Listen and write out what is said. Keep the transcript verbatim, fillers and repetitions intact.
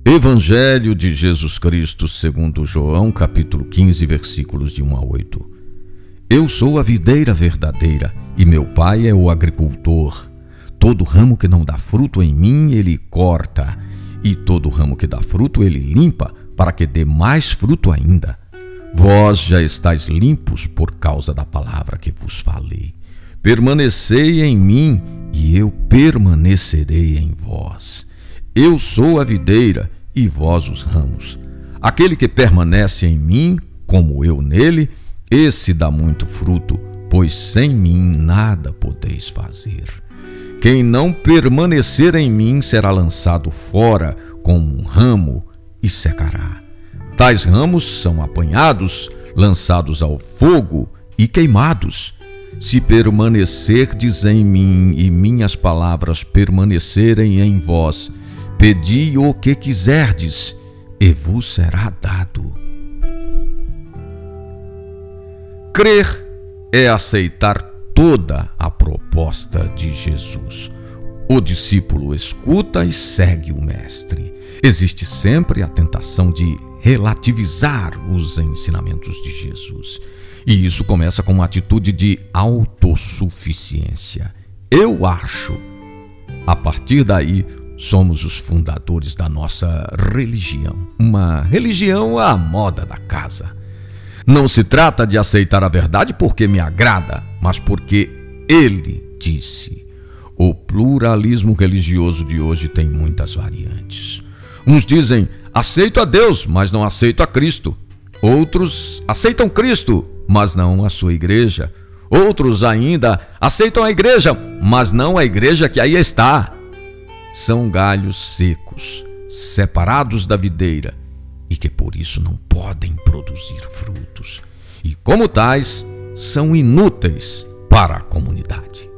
Evangelho de Jesus Cristo segundo João, capítulo quinze, versículos de um a oito. Eu sou a videira verdadeira, e meu pai é o agricultor. Todo ramo que não dá fruto em mim, ele corta, e todo ramo que dá fruto, ele limpa, para que dê mais fruto ainda. Vós já estáis limpos por causa da palavra que vos falei. Permanecei em mim, e eu permanecerei em vós. Eu sou a videira, e vós os ramos. Aquele que permanece em mim, como eu nele, esse dá muito fruto, pois sem mim nada podeis fazer. Quem não permanecer em mim será lançado fora como um ramo e secará. Tais ramos são apanhados, lançados ao fogo e queimados. Se permanecerdes em mim e minhas palavras permanecerem em vós, pedi o que quiserdes, e vos será dado. Crer é aceitar toda a proposta de Jesus. O discípulo escuta e segue o mestre. Existe sempre a tentação de relativizar os ensinamentos de Jesus. E isso começa com uma atitude de autossuficiência. Eu acho. A partir daí, somos os fundadores da nossa religião. Uma religião à moda da casa. Não se trata de aceitar a verdade porque me agrada, mas porque ele disse. O pluralismo religioso de hoje tem muitas variantes. Uns dizem, aceito a Deus, mas não aceito a Cristo. Outros aceitam Cristo, mas não a sua igreja. Outros ainda aceitam a igreja, mas não a igreja que aí está. São galhos secos, separados da videira, e que por isso não podem produzir frutos. E como tais, são inúteis para a comunidade.